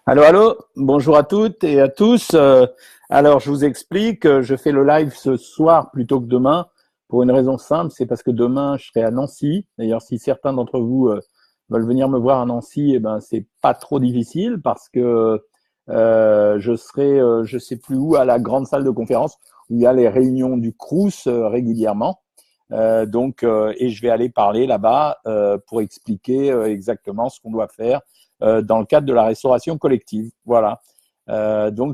Allô, allô, bonjour à toutes et à tous. Alors, je vous explique, je fais le live ce soir plutôt que demain pour une raison simple, c'est parce que demain, je serai à Nancy. D'ailleurs, si certains d'entre vous veulent venir me voir à Nancy, eh ben, c'est pas trop difficile parce que je serai, je sais plus où, à la grande salle de conférence où il y a les réunions du Crous régulièrement. Et je vais aller parler là-bas pour expliquer exactement ce qu'on doit faire dans le cadre de la restauration collective. Voilà. Donc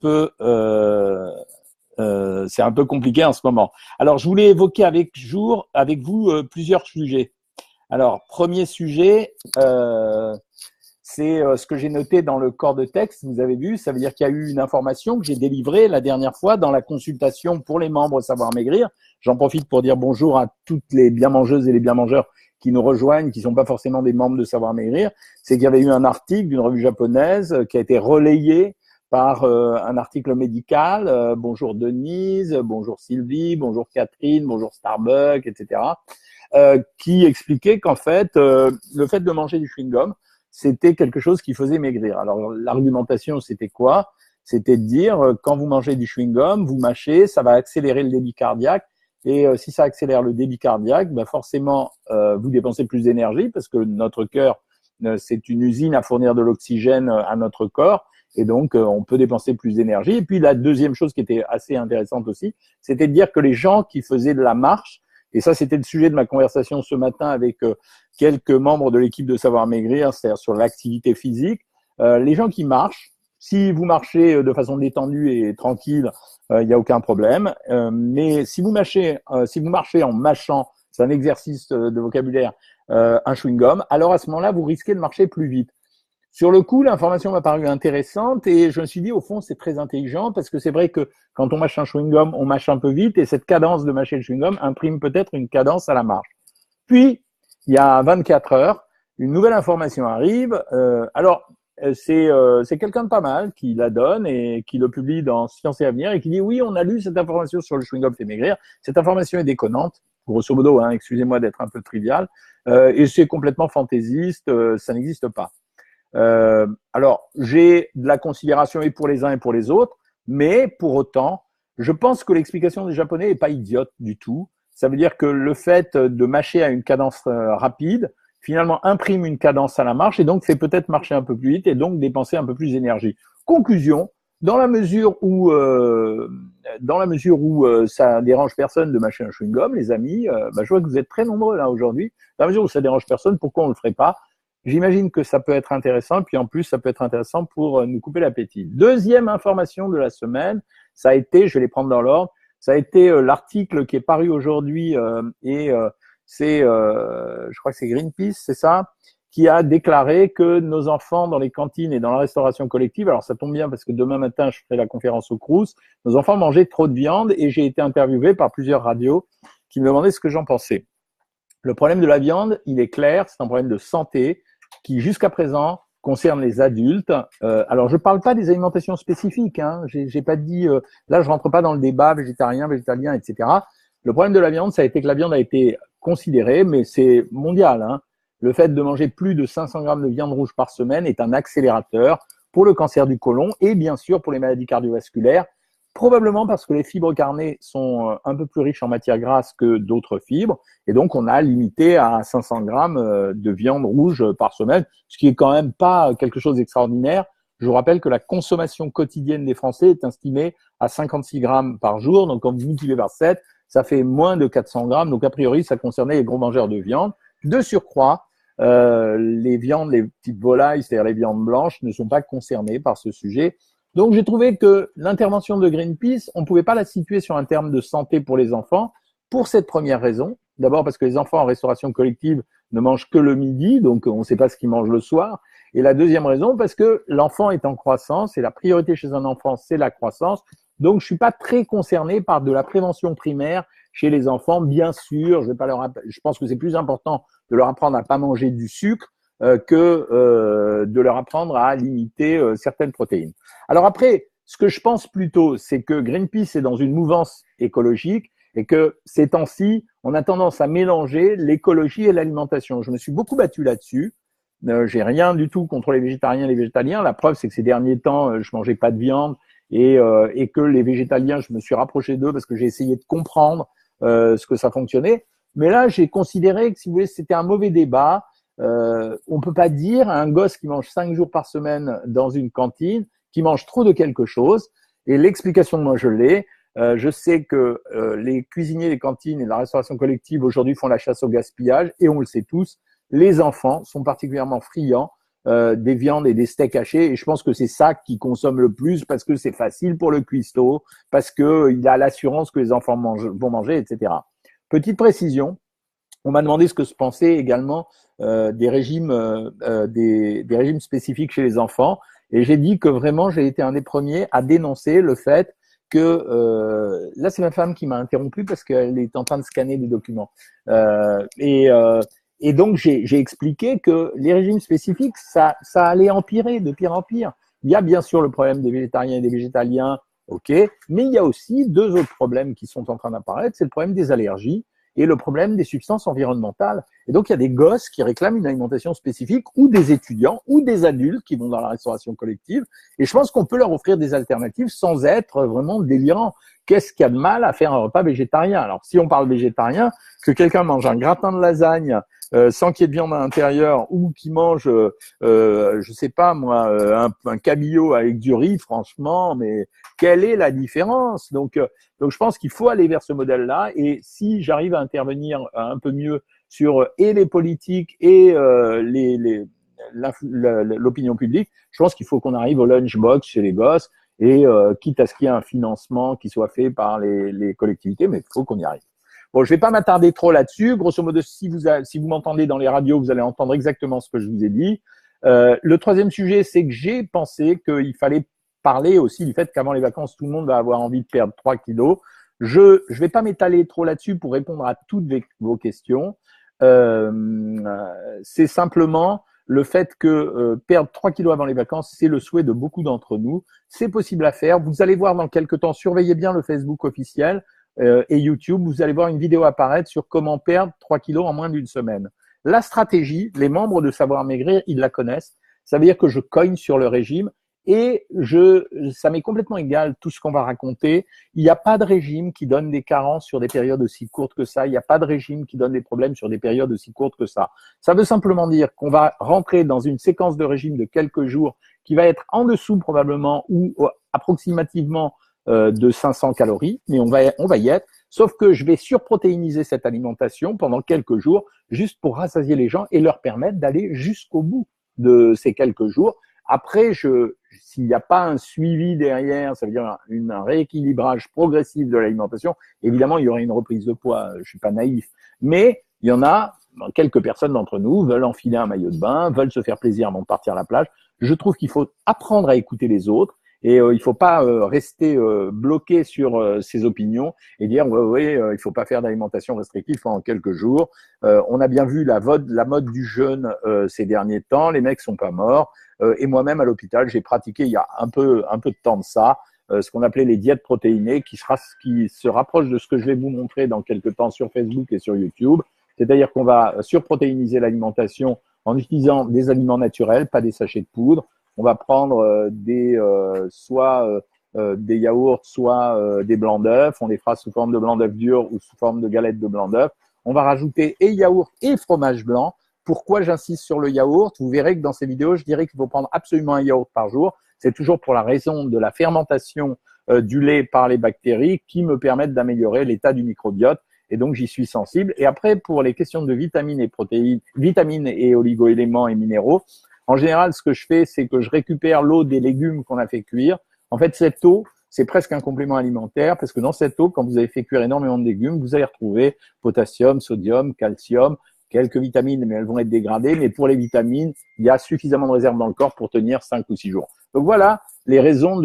c'est un peu compliqué en ce moment. Alors je voulais évoquer avec vous plusieurs sujets. Alors premier sujet, c'est ce que j'ai noté dans le corps de texte. Vous avez vu, ça veut dire qu'il y a eu une information que j'ai délivrée la dernière fois dans la consultation pour les membres Savoir Maigrir. J'en profite pour dire bonjour à toutes les bien mangeuses et les bien mangeurs qui nous rejoignent, qui ne sont pas forcément des membres de Savoir Maigrir. C'est qu'il y avait eu un article d'une revue japonaise qui a été relayé par un article médical. Bonjour Denise, bonjour Sylvie, bonjour Catherine, bonjour Starbucks, etc. Qui expliquait qu'en fait, le fait de manger du chewing-gum, c'était quelque chose qui faisait maigrir. Alors, l'argumentation, c'était quoi? C'était de dire, quand vous mangez du chewing-gum, vous mâchez, ça va accélérer le débit cardiaque. Et si ça accélère le débit cardiaque, ben forcément, vous dépensez plus d'énergie parce que notre cœur, c'est une usine à fournir de l'oxygène à notre corps. Et donc, on peut dépenser plus d'énergie. Et puis, la deuxième chose qui était assez intéressante aussi, c'était de dire que les gens qui faisaient de la marche, et ça, c'était le sujet de ma conversation ce matin avec quelques membres de l'équipe de Savoir Maigrir, c'est-à-dire sur l'activité physique. Les gens qui marchent, si vous marchez de façon détendue et tranquille, il n'y a aucun problème. Mais si vous marchez en mâchant, c'est un exercice de vocabulaire, un chewing-gum, alors à ce moment-là, vous risquez de marcher plus vite. Sur le coup, l'information m'a paru intéressante et je me suis dit, au fond, c'est très intelligent parce que c'est vrai que quand on mâche un chewing-gum, on mâche un peu vite et cette cadence de mâcher le chewing-gum imprime peut-être une cadence à la marche. Puis, il y a 24 heures, une nouvelle information arrive. C'est quelqu'un de pas mal qui la donne et qui le publie dans Science et Avenir et qui dit, oui, on a lu cette information sur le chewing-gum fait maigrir. Cette information est déconnante, grosso modo, hein, excusez-moi d'être un peu trivial, et c'est complètement fantaisiste, ça n'existe pas. Alors, j'ai de la considération et pour les uns et pour les autres, mais pour autant, je pense que l'explication des Japonais n'est pas idiote du tout. Ça veut dire que le fait de mâcher à une cadence rapide, finalement, imprime une cadence à la marche et donc fait peut-être marcher un peu plus vite et donc dépenser un peu plus d'énergie. Conclusion, dans la mesure où ça dérange personne de mâcher un chewing-gum, les amis, je vois que vous êtes très nombreux là aujourd'hui. Dans la mesure où ça dérange personne, pourquoi on ne le ferait pas? J'imagine que ça peut être intéressant, puis en plus, ça peut être intéressant pour nous couper l'appétit. Deuxième information de la semaine, ça a été, je vais les prendre dans l'ordre, ça a été l'article qui est paru aujourd'hui je crois que c'est Greenpeace, c'est ça, qui a déclaré que nos enfants dans les cantines et dans la restauration collective, alors ça tombe bien parce que demain matin, je ferai la conférence au Crous, nos enfants mangeaient trop de viande et j'ai été interviewé par plusieurs radios qui me demandaient ce que j'en pensais. Le problème de la viande, il est clair, c'est un problème de santé qui, jusqu'à présent, concerne les adultes. Alors, je ne parle pas des alimentations spécifiques. Hein. J'ai pas dit. Là, je rentre pas dans le débat végétarien, végétalien, etc. Le problème de la viande, ça a été que la viande a été considérée, mais c'est mondial. Hein. Le fait de manger plus de 500 grammes de viande rouge par semaine est un accélérateur pour le cancer du côlon et bien sûr pour les maladies cardiovasculaires. Probablement parce que les fibres carnées sont un peu plus riches en matière grasse que d'autres fibres. Et donc, on a limité à 500 grammes de viande rouge par semaine, ce qui est quand même pas quelque chose d'extraordinaire. Je vous rappelle que la consommation quotidienne des Français est estimée à 56 grammes par jour. Donc, quand vous multipliez par 7, ça fait moins de 400 grammes. Donc, a priori, ça concernait les gros mangeurs de viande. De surcroît, les viandes, les petites volailles, c'est-à-dire les viandes blanches, ne sont pas concernées par ce sujet. Donc, j'ai trouvé que l'intervention de Greenpeace, on ne pouvait pas la situer sur un terme de santé pour les enfants pour cette première raison. D'abord parce que les enfants en restauration collective ne mangent que le midi, donc on ne sait pas ce qu'ils mangent le soir. Et la deuxième raison, parce que l'enfant est en croissance et la priorité chez un enfant, c'est la croissance. Donc, je suis pas très concerné par de la prévention primaire chez les enfants. Bien sûr, je pense que c'est plus important de leur apprendre à pas manger du sucre que de leur apprendre à limiter certaines protéines. Alors après, ce que je pense plutôt, c'est que Greenpeace est dans une mouvance écologique et que ces temps-ci, on a tendance à mélanger l'écologie et l'alimentation. Je me suis beaucoup battu là-dessus J'ai rien du tout contre les végétariens et les végétaliens. La preuve, c'est que ces derniers temps, je mangeais pas de viande et que les végétaliens, je me suis rapproché d'eux parce que j'ai essayé de comprendre ce que ça fonctionnait. Mais là, j'ai considéré que, si vous voulez, c'était un mauvais débat. On peut pas dire à un gosse qui mange 5 jours par semaine dans une cantine, qui mange trop de quelque chose. Et l'explication, moi, je l'ai. Je sais que les cuisiniers des cantines et de la restauration collective aujourd'hui font la chasse au gaspillage et on le sait tous, les enfants sont particulièrement friands des viandes et des steaks hachés et je pense que c'est ça qui consomme le plus parce que c'est facile pour le cuistot, parce que il a l'assurance que les enfants vont manger, etc. Petite précision, on m'a demandé ce que je pensais également des régimes spécifiques chez les enfants et j'ai dit que vraiment j'ai été un des premiers à dénoncer le fait que là c'est ma femme qui m'a interrompu parce qu'elle est en train de scanner des documents et donc j'ai expliqué que les régimes spécifiques ça allait empirer de pire en pire. Il y a bien sûr le problème des végétariens et des végétaliens, ok, mais il y a aussi deux autres problèmes qui sont en train d'apparaître, c'est le problème des allergies et le problème des substances environnementales. Et donc, il y a des gosses qui réclament une alimentation spécifique ou des étudiants ou des adultes qui vont dans la restauration collective. Et je pense qu'on peut leur offrir des alternatives sans être vraiment délirant. Qu'est-ce qu'il y a de mal à faire un repas végétarien? Alors, si on parle végétarien, que quelqu'un mange un gratin de lasagne sans qu'il y ait de viande à l'intérieur ou qui mange, je sais pas moi, un cabillaud avec du riz, franchement, mais quelle est la différence? Donc, je pense qu'il faut aller vers ce modèle-là. Et si j'arrive à intervenir un peu mieux sur et les politiques et l'opinion publique, je pense qu'il faut qu'on arrive au lunchbox chez les gosses et quitte à ce qu'il y ait un financement qui soit fait par les collectivités, mais il faut qu'on y arrive. Bon, je vais pas m'attarder trop là-dessus. Grosso modo, si vous m'entendez dans les radios, vous allez entendre exactement ce que je vous ai dit. Le troisième sujet, c'est que j'ai pensé qu'il fallait parler aussi du fait qu'avant les vacances, tout le monde va avoir envie de perdre 3 kilos. Je vais pas m'étaler trop là-dessus pour répondre à toutes vos questions. C'est simplement le fait que perdre 3 kilos avant les vacances, c'est le souhait de beaucoup d'entre nous. C'est possible à faire. Vous allez voir dans quelques temps, surveillez bien le Facebook officiel et YouTube, vous allez voir une vidéo apparaître sur comment perdre 3 kilos en moins d'une semaine. La stratégie, les membres de Savoir Maigrir, ils la connaissent. Ça veut dire que je cogne sur le régime et ça m'est complètement égal tout ce qu'on va raconter. Il n'y a pas de régime qui donne des carences sur des périodes aussi courtes que ça. Il n'y a pas de régime qui donne des problèmes sur des périodes aussi courtes que ça. Ça veut simplement dire qu'on va rentrer dans une séquence de régime de quelques jours qui va être en dessous probablement ou approximativement de 500 calories, mais on va y être. Sauf que je vais surprotéiniser cette alimentation pendant quelques jours juste pour rassasier les gens et leur permettre d'aller jusqu'au bout de ces quelques jours. Après, s'il n'y a pas un suivi derrière, ça veut dire un rééquilibrage progressif de l'alimentation, évidemment, il y aura une reprise de poids, je suis pas naïf. Mais il y en a, quelques personnes d'entre nous veulent enfiler un maillot de bain, veulent se faire plaisir avant de partir à la plage. Je trouve qu'il faut apprendre à écouter les autres et il faut pas rester bloqué sur ses opinions et dire il faut pas faire d'alimentation restrictive pendant quelques jours. On a bien vu la mode du jeûne ces derniers temps, les mecs sont pas morts. Et moi-même à l'hôpital, j'ai pratiqué il y a un peu de temps de ça, ce qu'on appelait les diètes protéinées, qui se rapproche de ce que je vais vous montrer dans quelques temps sur Facebook et sur YouTube. C'est-à-dire qu'on va surprotéiniser l'alimentation en utilisant des aliments naturels, pas des sachets de poudre. On va prendre soit des yaourts, soit des blancs d'œufs. On les fera sous forme de blanc d'œuf dur ou sous forme de galettes de blanc d'œuf. On va rajouter et yaourt et fromage blanc. Pourquoi j'insiste sur le yaourt? Vous verrez que dans ces vidéos, je dirais qu'il faut prendre absolument un yaourt par jour. C'est toujours pour la raison de la fermentation du lait par les bactéries qui me permettent d'améliorer l'état du microbiote. Et donc, j'y suis sensible. Et après, pour les questions de vitamines et protéines, vitamines et oligo-éléments et minéraux, en général, ce que je fais, c'est que je récupère l'eau des légumes qu'on a fait cuire. En fait, cette eau, c'est presque un complément alimentaire parce que dans cette eau, quand vous avez fait cuire énormément de légumes, vous allez retrouver potassium, sodium, calcium, quelques vitamines, mais elles vont être dégradées. Mais pour les vitamines, il y a suffisamment de réserves dans le corps pour tenir 5 ou 6 jours. Donc voilà les raisons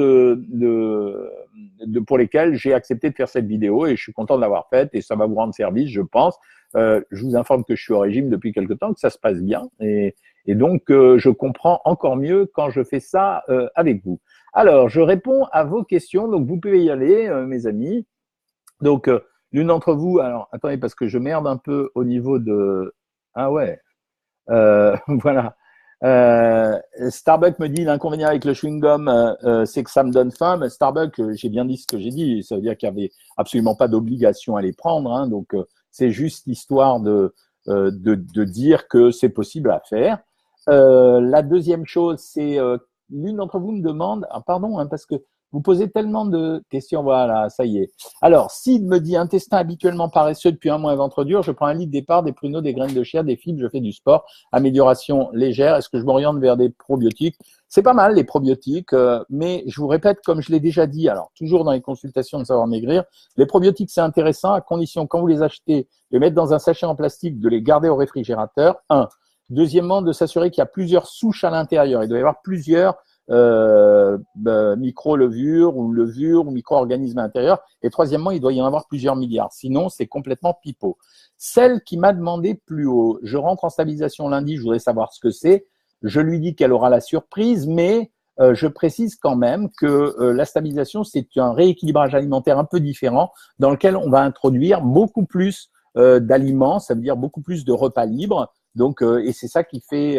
pour lesquelles j'ai accepté de faire cette vidéo et je suis content de l'avoir faite et ça va vous rendre service, je pense. Je vous informe que je suis au régime depuis quelque temps, que ça se passe bien et donc je comprends encore mieux quand je fais ça avec vous. Alors, je réponds à vos questions, donc vous pouvez y aller, mes amis. Donc, l'une d'entre vous, alors attendez parce que je merde un peu au niveau de… Ah ouais, voilà. Starbucks me dit l'inconvénient avec le chewing-gum, c'est que ça me donne faim. Mais Starbucks, j'ai bien dit ce que j'ai dit. Ça veut dire qu'il y avait absolument pas d'obligation à les prendre. Hein, donc, c'est juste histoire de dire que c'est possible à faire. La deuxième chose, c'est l'une d'entre vous me demande, ah, pardon, hein, parce que vous posez tellement de questions. Voilà, ça y est. Alors, Sid me dit intestin habituellement paresseux depuis un mois et ventre dur. Je prends un lit de départ, des pruneaux, des graines de chia, des fibres. Je fais du sport. Amélioration légère. Est-ce que je m'oriente vers des probiotiques? C'est pas mal les probiotiques, mais je vous répète, comme je l'ai déjà dit, alors toujours dans les consultations de Savoir Maigrir, les probiotiques c'est intéressant à condition quand vous les achetez de les mettre dans un sachet en plastique, de les garder au réfrigérateur. Un. Deuxièmement, de s'assurer qu'il y a plusieurs souches à l'intérieur. Il doit y avoir plusieurs micro-levures ou levures ou micro-organismes à l'intérieur. Et troisièmement, il doit y en avoir plusieurs milliards. Sinon, c'est complètement pipeau. Celle qui m'a demandé plus haut, je rentre en stabilisation lundi, je voudrais savoir ce que c'est. Je lui dis qu'elle aura la surprise, mais je précise quand même que la stabilisation, c'est un rééquilibrage alimentaire un peu différent dans lequel on va introduire beaucoup plus d'aliments, ça veut dire beaucoup plus de repas libres. Donc, et c'est ça qui fait,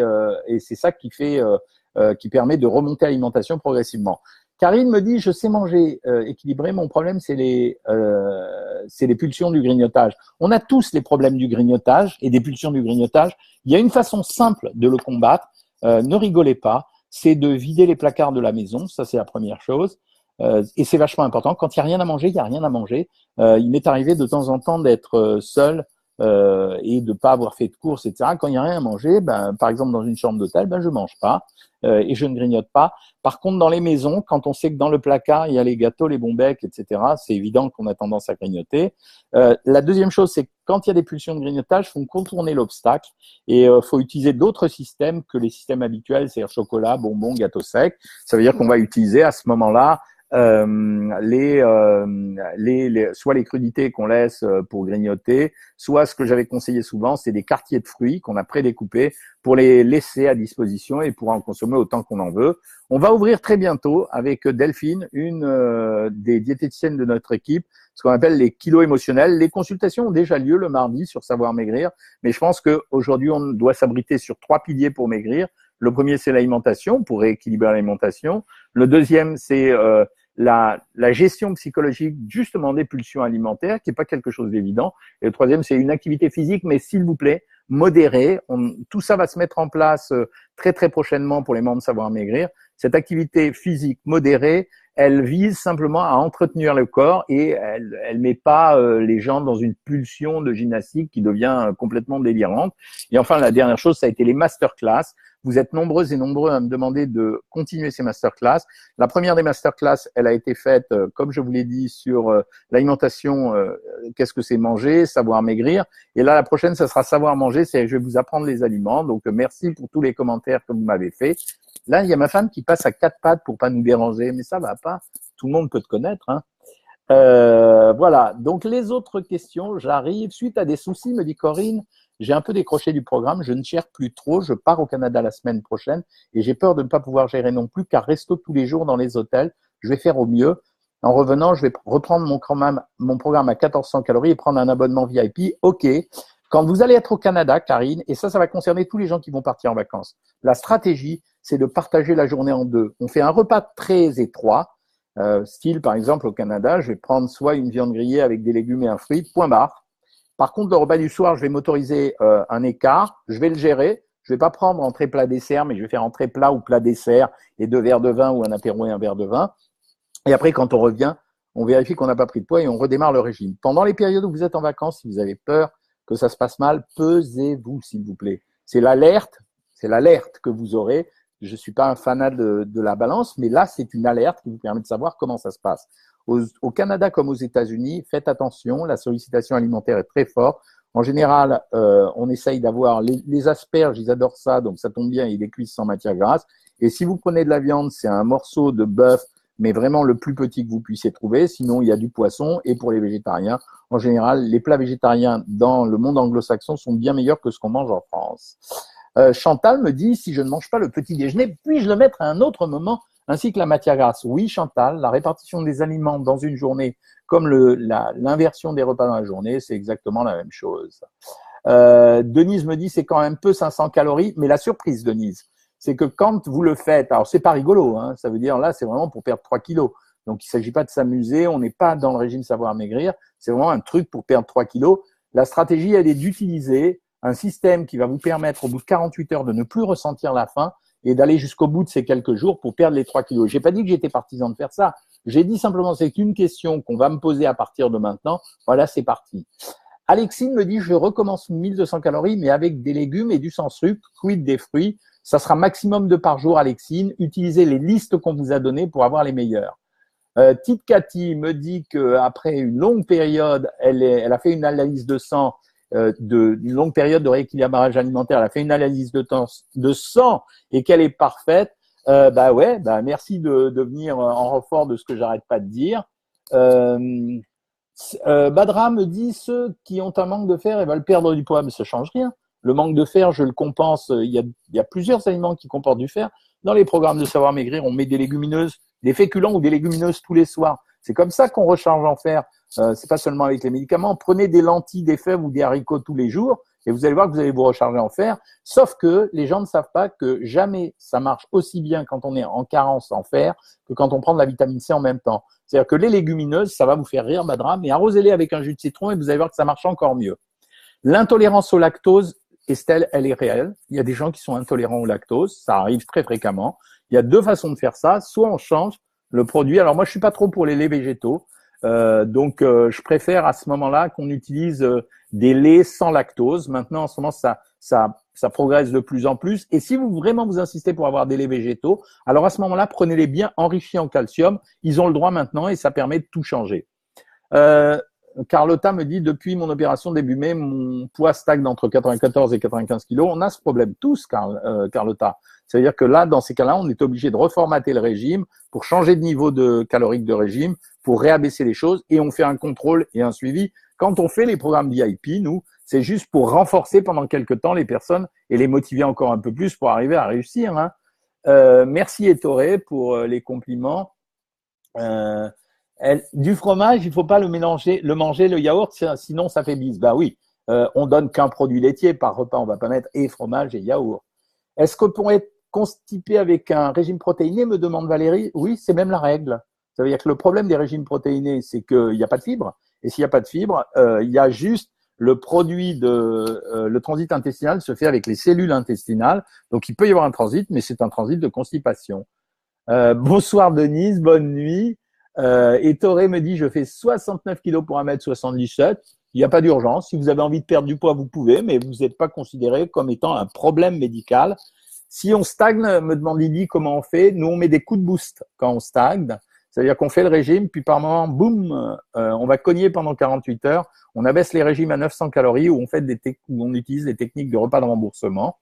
qui permet de remonter l'alimentation progressivement. Karine me dit, je sais manger équilibré, mon problème c'est les pulsions du grignotage. On a tous les problèmes du grignotage et des pulsions du grignotage. Il y a une façon simple de le combattre, ne rigolez pas, c'est de vider les placards de la maison, ça c'est la première chose. Et c'est vachement important. Quand il n'y a rien à manger, il n'y a rien à manger. Il m'est arrivé de temps en temps d'être seul et de pas avoir fait de courses, etc. Quand il n'y a rien à manger, ben, par exemple dans une chambre d'hôtel, ben je mange pas et je ne grignote pas. Par contre, dans les maisons, quand on sait que dans le placard il y a les gâteaux, les bonbons, etc., c'est évident qu'on a tendance à grignoter. La deuxième chose, c'est que quand il y a des pulsions de grignotage, il faut contourner l'obstacle et faut utiliser d'autres systèmes que les systèmes habituels, c'est-à-dire chocolat, bonbons, gâteaux secs. Ça veut dire qu'on va utiliser à ce moment-là soit les crudités qu'on laisse pour grignoter, soit ce que j'avais conseillé souvent, c'est des quartiers de fruits qu'on a prédécoupés pour les laisser à disposition et pour en consommer autant qu'on en veut. On va ouvrir très bientôt avec Delphine, une des diététiciennes de notre équipe, ce qu'on appelle les kilos émotionnels. Les consultations ont déjà lieu le mardi sur Savoir Maigrir, mais je pense qu'aujourd'hui, on doit s'abriter sur 3 piliers pour maigrir. Le premier, c'est l'alimentation, pour rééquilibrer l'alimentation. Le deuxième, c'est la gestion psychologique justement des pulsions alimentaires, qui n'est pas quelque chose d'évident. Et le troisième, c'est une activité physique, mais s'il vous plaît, modérée. Tout ça va se mettre en place très très prochainement pour les membres de Savoir Maigrir. Cette activité physique modérée, elle vise simplement à entretenir le corps et elle met pas les gens dans une pulsion de gymnastique qui devient complètement délirante. Et enfin, la dernière chose, ça a été les masterclass. Vous êtes nombreuses et nombreux à me demander de continuer ces masterclass. La première des masterclass, elle a été faite, comme je vous l'ai dit, sur l'alimentation, qu'est-ce que c'est manger, savoir maigrir. Et là, la prochaine, ça sera savoir manger, c'est je vais vous apprendre les aliments. Donc, merci pour tous les commentaires que vous m'avez faits. Là, il y a ma femme qui passe à 4 pattes pour pas nous déranger, mais ça va pas. Tout le monde peut te connaître, hein. Voilà. Donc, les autres questions, j'arrive. Suite à des soucis, me dit Corinne, j'ai un peu décroché du programme, je ne gère plus trop, je pars au Canada la semaine prochaine et j'ai peur de ne pas pouvoir gérer non plus car resto tous les jours dans les hôtels, je vais faire au mieux. En revenant, je vais reprendre mon programme à 1400 calories et prendre un abonnement VIP. OK. Quand vous allez être au Canada, Karine, et ça va concerner tous les gens qui vont partir en vacances, la stratégie, c'est de partager la journée en deux. On fait un repas très étroit, style par exemple au Canada, je vais prendre soit une viande grillée avec des légumes et un fruit, point barre. Par contre, le repas du soir, je vais m'autoriser un écart, je vais le gérer. Je vais pas prendre entrée plat dessert, mais je vais faire entrée plat ou plat dessert et 2 verres de vin ou un apéro et un verre de vin. Et après, quand on revient, on vérifie qu'on n'a pas pris de poids et on redémarre le régime. Pendant les périodes où vous êtes en vacances, si vous avez peur que ça se passe mal, pesez-vous, s'il vous plaît. C'est l'alerte que vous aurez. Je suis pas un fanat de la balance, mais là, c'est une alerte qui vous permet de savoir comment ça se passe. Au Canada comme aux États-Unis, faites attention, la sollicitation alimentaire est très forte. En général, on essaye d'avoir les asperges, ils adorent ça, donc ça tombe bien, il est cuit sans matière grasse. Et si vous prenez de la viande, c'est un morceau de bœuf, mais vraiment le plus petit que vous puissiez trouver. Sinon, il y a du poisson. Et pour les végétariens, en général, les plats végétariens dans le monde anglo-saxon sont bien meilleurs que ce qu'on mange en France. Chantal me dit, si je ne mange pas le petit déjeuner, puis-je le mettre à un autre moment ainsi que la matière grasse? Oui, Chantal, la répartition des aliments dans une journée, comme l'inversion des repas dans la journée, c'est exactement la même chose. Denise me dit, c'est quand même peu 500 calories, mais la surprise, Denise, c'est que quand vous le faites, alors c'est pas rigolo, hein, ça veut dire là, c'est vraiment pour perdre 3 kilos. Donc, il ne s'agit pas de s'amuser, on n'est pas dans le régime savoir maigrir, c'est vraiment un truc pour perdre 3 kilos. La stratégie, elle est d'utiliser un système qui va vous permettre au bout de 48 heures de ne plus ressentir la faim et d'aller jusqu'au bout de ces quelques jours pour perdre les 3 kilos. J'ai pas dit que j'étais partisan de faire ça. J'ai dit simplement c'est une question qu'on va me poser à partir de maintenant. Voilà, c'est parti. Alexine me dit je recommence 1200 calories mais avec des légumes et du sans sucre, quid des fruits. Ça sera maximum 2 par jour, Alexine. Utilisez les listes qu'on vous a données pour avoir les meilleurs. Tite Cathy me dit qu'après une longue période, elle a fait une analyse de sang, d'une longue période de rééquilibrage alimentaire. Elle a fait une analyse de sang et qu'elle est parfaite. Merci de venir en renfort de ce que j'arrête pas de dire. Badra me dit ceux qui ont un manque de fer et veulent perdre du poids, mais ça change rien. Le manque de fer, je le compense. Il y a plusieurs aliments qui comportent du fer. Dans les programmes de savoir maigrir, on met des légumineuses, des féculents ou des légumineuses tous les soirs. C'est comme ça qu'on recharge en fer. C'est pas seulement avec les médicaments. Prenez des lentilles, des fèves ou des haricots tous les jours et vous allez voir que vous allez vous recharger en fer. Sauf que les gens ne savent pas que jamais ça marche aussi bien quand on est en carence en fer que quand on prend de la vitamine C en même temps. C'est-à-dire que les légumineuses, ça va vous faire rire, Badra, mais arrosez-les avec un jus de citron et vous allez voir que ça marche encore mieux. L'intolérance au lactose, Estelle, elle est réelle. Il y a des gens qui sont intolérants au lactose. Ça arrive très fréquemment. Il y a 2 façons de faire ça. Soit on change le produit. Alors moi, je suis pas trop pour les laits végétaux. Donc, je préfère à ce moment-là qu'on utilise des laits sans lactose. Maintenant, en ce moment, ça progresse de plus en plus. Et si vous insistez pour avoir des laits végétaux, alors à ce moment-là, prenez-les bien enrichis en calcium. Ils ont le droit maintenant et ça permet de tout changer. Carlotta me dit, depuis mon opération début mai, mon poids stagne entre 94 et 95 kilos. On a ce problème tous, Carlotta. C'est-à-dire que là, dans ces cas-là, on est obligé de reformater le régime pour changer de niveau de calorique de régime, pour réabaisser les choses et on fait un contrôle et un suivi. Quand on fait les programmes VIP, nous, c'est juste pour renforcer pendant quelques temps les personnes et les motiver encore un peu plus pour arriver à réussir. Hein. Merci Ettore pour les compliments. Du fromage, il faut pas le manger le yaourt, sinon ça fait bise. Ben oui, on donne qu'un produit laitier par repas, on va pas mettre et fromage et yaourt. Est-ce que pour être constipé avec un régime protéiné, me demande Valérie? Oui, c'est même la règle. Ça veut dire que le problème des régimes protéinés, c'est qu'il n'y a pas de fibres. Et s'il n'y a pas de fibres, il y a juste le produit le transit intestinal se fait avec les cellules intestinales. Donc, il peut y avoir un transit, mais c'est un transit de constipation. Bonsoir Denise, bonne nuit. Et Toré me dit, je fais 69 kilos pour 1m77. Il n'y a pas d'urgence. Si vous avez envie de perdre du poids, vous pouvez, mais vous n'êtes pas considéré comme étant un problème médical. Si on stagne, me demande Lydie comment on fait. Nous, on met des coups de boost quand on stagne. C'est-à-dire qu'on fait le régime, puis par moment, boum, on va cogner pendant 48 heures. On abaisse les régimes à 900 calories où on utilise les techniques de repas de remboursement.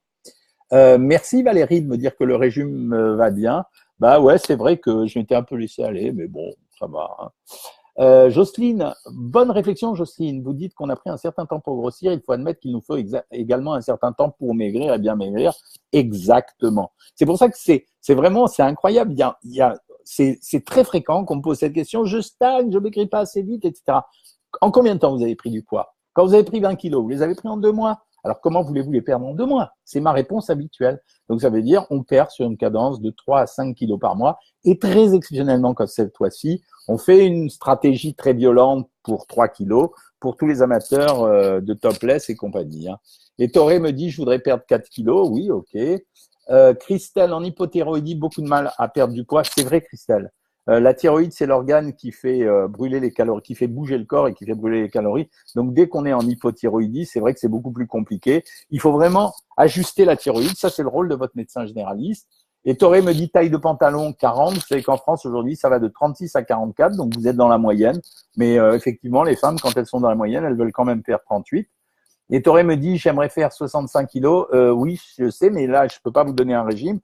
Merci Valérie de me dire que le régime va bien. Bah ouais, c'est vrai que je m'étais un peu laissé aller, mais bon, ça va. Hein. Jocelyne, bonne réflexion Jocelyne. Vous dites qu'on a pris un certain temps pour grossir. Il faut admettre qu'il nous faut également un certain temps pour maigrir et bien maigrir. Exactement. C'est pour ça que c'est incroyable. C'est très fréquent qu'on me pose cette question. Je stagne, je maigris pas assez vite, etc. En combien de temps vous avez pris du poids? Quand vous avez pris 20 kilos, vous les avez pris en 2 mois. Alors, comment voulez-vous les perdre en 2 mois? C'est ma réponse habituelle. Donc, ça veut dire on perd sur une cadence de 3 à 5 kilos par mois. Et très exceptionnellement, comme cette fois-ci, on fait une stratégie très violente pour 3 kilos pour tous les amateurs de topless et compagnie. Hein. Et Toré me dit, je voudrais perdre 4 kilos. Oui, ok. Christelle, en hypothyroïdie, beaucoup de mal à perdre du poids. C'est vrai, Christelle. La thyroïde, c'est l'organe qui fait brûler les calories, qui fait bouger le corps et qui fait brûler les calories. Donc, dès qu'on est en hypothyroïdie, c'est vrai que c'est beaucoup plus compliqué. Il faut vraiment ajuster la thyroïde. Ça, c'est le rôle de votre médecin généraliste. Et Toré me dit taille de pantalon 40. Vous savez qu'en France, aujourd'hui, ça va de 36 à 44. Donc, vous êtes dans la moyenne. Mais effectivement, les femmes, quand elles sont dans la moyenne, elles veulent quand même faire 38. Et Toré me dit, j'aimerais faire 65 kilos. Oui, je sais, mais là, je peux pas vous donner un régime.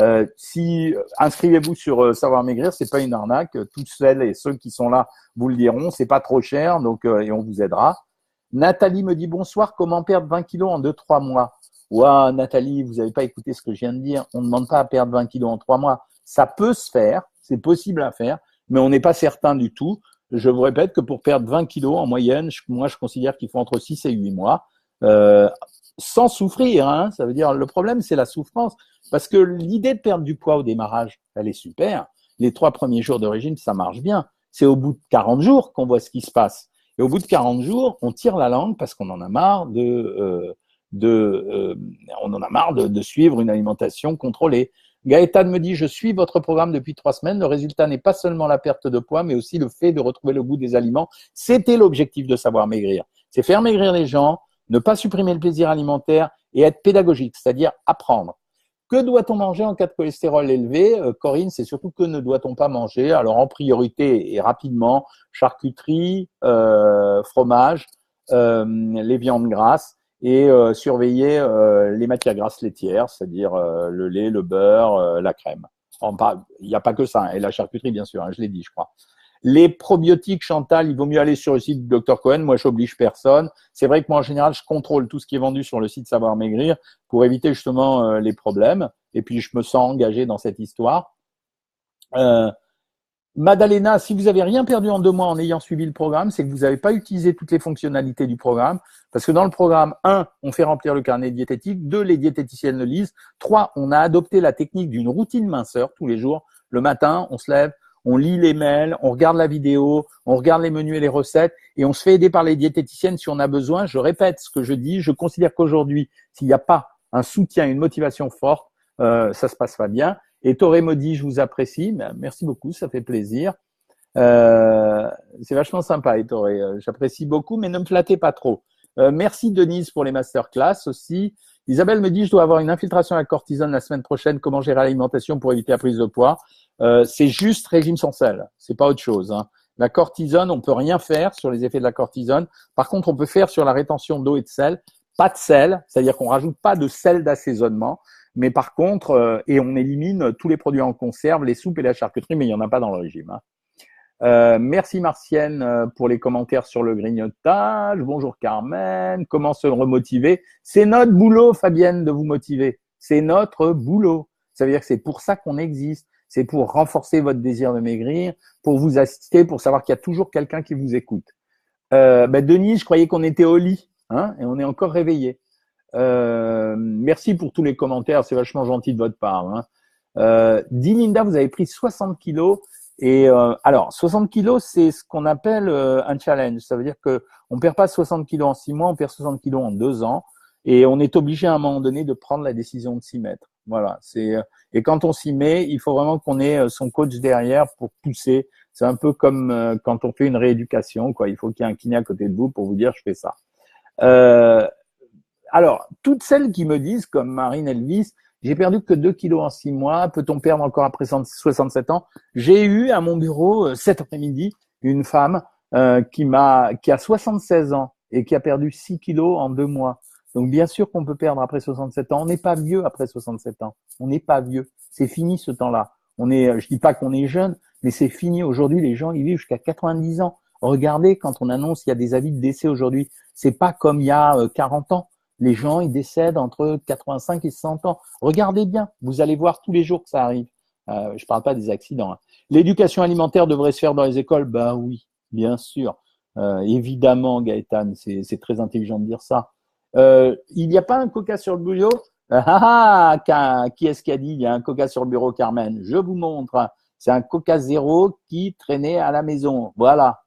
Inscrivez-vous sur Savoir Maigrir, c'est pas une arnaque. Toutes celles et ceux qui sont là vous le diront, c'est pas trop cher, donc et on vous aidera. Nathalie me dit bonsoir, comment perdre 20 kilos en 2-3 mois? Ouah, Nathalie, vous n'avez pas écouté ce que je viens de dire. On ne demande pas à perdre 20 kilos en 3 mois. Ça peut se faire, c'est possible à faire, mais on n'est pas certain du tout. Je vous répète que pour perdre 20 kilos en moyenne, moi je considère qu'il faut entre 6 et 8 mois. sans souffrir, hein. Ça veut dire, le problème, c'est la souffrance. Parce que l'idée de perdre du poids au démarrage, elle est super. Les 3 premiers jours de régime, ça marche bien. C'est au bout de 40 jours qu'on voit ce qui se passe. Et au bout de 40 jours, on tire la langue parce qu'on en a marre on en a marre de suivre une alimentation contrôlée. Gaëtan me dit, je suis votre programme depuis 3 semaines. Le résultat n'est pas seulement la perte de poids, mais aussi le fait de retrouver le goût des aliments. C'était l'objectif de Savoir Maigrir. C'est faire maigrir les gens, ne pas supprimer le plaisir alimentaire et être pédagogique, c'est-à-dire apprendre. Que doit-on manger en cas de cholestérol élevé? Corinne, c'est surtout que ne doit-on pas manger? Alors en priorité et rapidement, charcuterie, fromage, les viandes grasses et surveiller les matières grasses laitières, c'est-à-dire le lait, le beurre, la crème. Il n'y a pas que ça, hein, et la charcuterie bien sûr, hein, je l'ai dit je crois. Les probiotiques, Chantal, il vaut mieux aller sur le site du Dr Cohen. Moi, je n'oblige personne. C'est vrai que moi, en général, je contrôle tout ce qui est vendu sur le site Savoir Maigrir pour éviter justement les problèmes. Et puis, je me sens engagé dans cette histoire. Madalena, si vous n'avez rien perdu en 2 mois en ayant suivi le programme, c'est que vous n'avez pas utilisé toutes les fonctionnalités du programme. Parce que dans le programme, 1, on fait remplir le carnet diététique. 2, les diététiciennes le lisent. 3, on a adopté la technique d'une routine minceur tous les jours. Le matin, on se lève, on lit les mails, on regarde la vidéo, on regarde les menus et les recettes et on se fait aider par les diététiciennes si on a besoin. Je répète ce que je dis. Je considère qu'aujourd'hui, s'il n'y a pas un soutien, une motivation forte, ça se passe pas bien. Et Toré me dit, je vous apprécie. Merci beaucoup, ça fait plaisir. C'est vachement sympa, Toré. J'apprécie beaucoup, mais ne me flattez pas trop. Merci Denise pour les masterclass aussi. Isabelle me dit, je dois avoir une infiltration à la cortisone la semaine prochaine. Comment gérer l'alimentation pour éviter la prise de poids? C'est juste régime sans sel, c'est pas autre chose, hein. La cortisone, on peut rien faire sur les effets de la cortisone. Par contre, on peut faire sur la rétention d'eau et de sel. Pas de sel, c'est-à-dire qu'on rajoute pas de sel d'assaisonnement. Mais par contre, et on élimine tous les produits en conserve, les soupes et la charcuterie, mais il n'y en a pas dans le régime, hein. Merci Martienne pour les commentaires sur le grignotage. Bonjour Carmen. Comment se remotiver? C'est notre boulot, Fabienne, de vous motiver. C'est notre boulot. Ça veut dire que c'est pour ça qu'on existe. C'est pour renforcer votre désir de maigrir, pour vous assister, pour savoir qu'il y a toujours quelqu'un qui vous écoute. Denis, je croyais qu'on était au lit, hein, et on est encore réveillé. Merci pour tous les commentaires, c'est vachement gentil de votre part, hein. Dit Linda, vous avez pris 60 kilos. Et alors, 60 kilos, c'est ce qu'on appelle un challenge. Ça veut dire que on perd pas 60 kilos en 6 mois, on perd 60 kilos en 2 ans. Et on est obligé à un moment donné de prendre la décision de s'y mettre. Voilà. Et quand on s'y met, il faut vraiment qu'on ait son coach derrière pour pousser. C'est un peu comme quand on fait une rééducation, quoi. Il faut qu'il y ait un kiné à côté de vous pour vous dire je fais ça. Alors, toutes celles qui me disent, comme Marine Elvis, j'ai perdu que 2 kilos en 6 mois, peut-on perdre encore après 67 ans? J'ai eu à mon bureau cet après-midi une femme qui a 76 ans et qui a perdu 6 kilos en 2 mois. Donc bien sûr qu'on peut perdre après 67 ans. On n'est pas vieux après 67 ans. On n'est pas vieux. C'est fini ce temps-là. Je dis pas qu'on est jeune, mais c'est fini. Aujourd'hui, les gens, ils vivent jusqu'à 90 ans. Regardez quand on annonce qu'il y a des avis de décès aujourd'hui. C'est pas comme il y a 40 ans. Les gens, ils décèdent entre 85 et 100 ans. Regardez bien. Vous allez voir tous les jours que ça arrive. Je parle pas des accidents, hein. L'éducation alimentaire devrait se faire dans les écoles. Ben oui, bien sûr. Évidemment, Gaëtan, c'est très intelligent de dire ça. Il n'y a pas un coca sur le bureau? Qui est-ce qui a dit il y a un coca sur le bureau, Carmen? Je vous montre. C'est un coca zéro qui traînait à la maison. Voilà.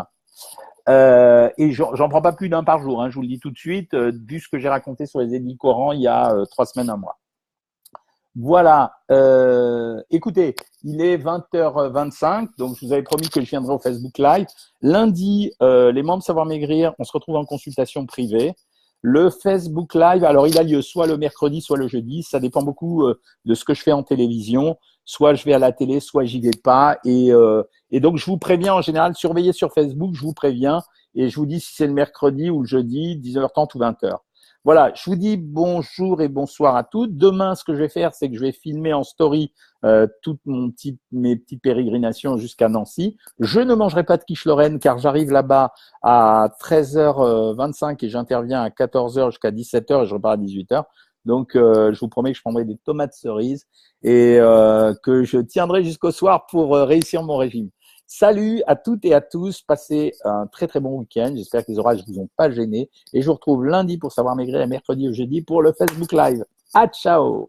Et j'en prends pas plus d'un par jour, hein, je vous le dis tout de suite, vu ce que j'ai raconté sur les édulcorants il y a 3 semaines, un mois. Voilà. Écoutez, il est 20h25, donc je vous avais promis que je viendrai au Facebook Live. Lundi, les membres Savoir Maigrir, on se retrouve en consultation privée. Le Facebook Live, alors il a lieu soit le mercredi, soit le jeudi. Ça dépend beaucoup de ce que je fais en télévision. Soit je vais à la télé, soit j'y vais pas. Et donc, je vous préviens en général, surveillez sur Facebook, je vous préviens. Et je vous dis si c'est le mercredi ou le jeudi, 19h30 ou 20h. Voilà, je vous dis bonjour et bonsoir à toutes. Demain, ce que je vais faire, c'est que je vais filmer en story toutes mes petites pérégrinations jusqu'à Nancy. Je ne mangerai pas de quiche Lorraine car j'arrive là-bas à 13h25 et j'interviens à 14h jusqu'à 17h et je repars à 18h. Donc, je vous promets que je prendrai des tomates cerises et que je tiendrai jusqu'au soir pour réussir mon régime. Salut à toutes et à tous. Passez un très très bon week-end. J'espère que les orages ne vous ont pas gêné. Et je vous retrouve lundi pour savoir maigrir et mercredi ou jeudi pour le Facebook Live. À ciao.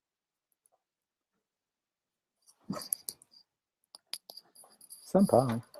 Sympa. Hein.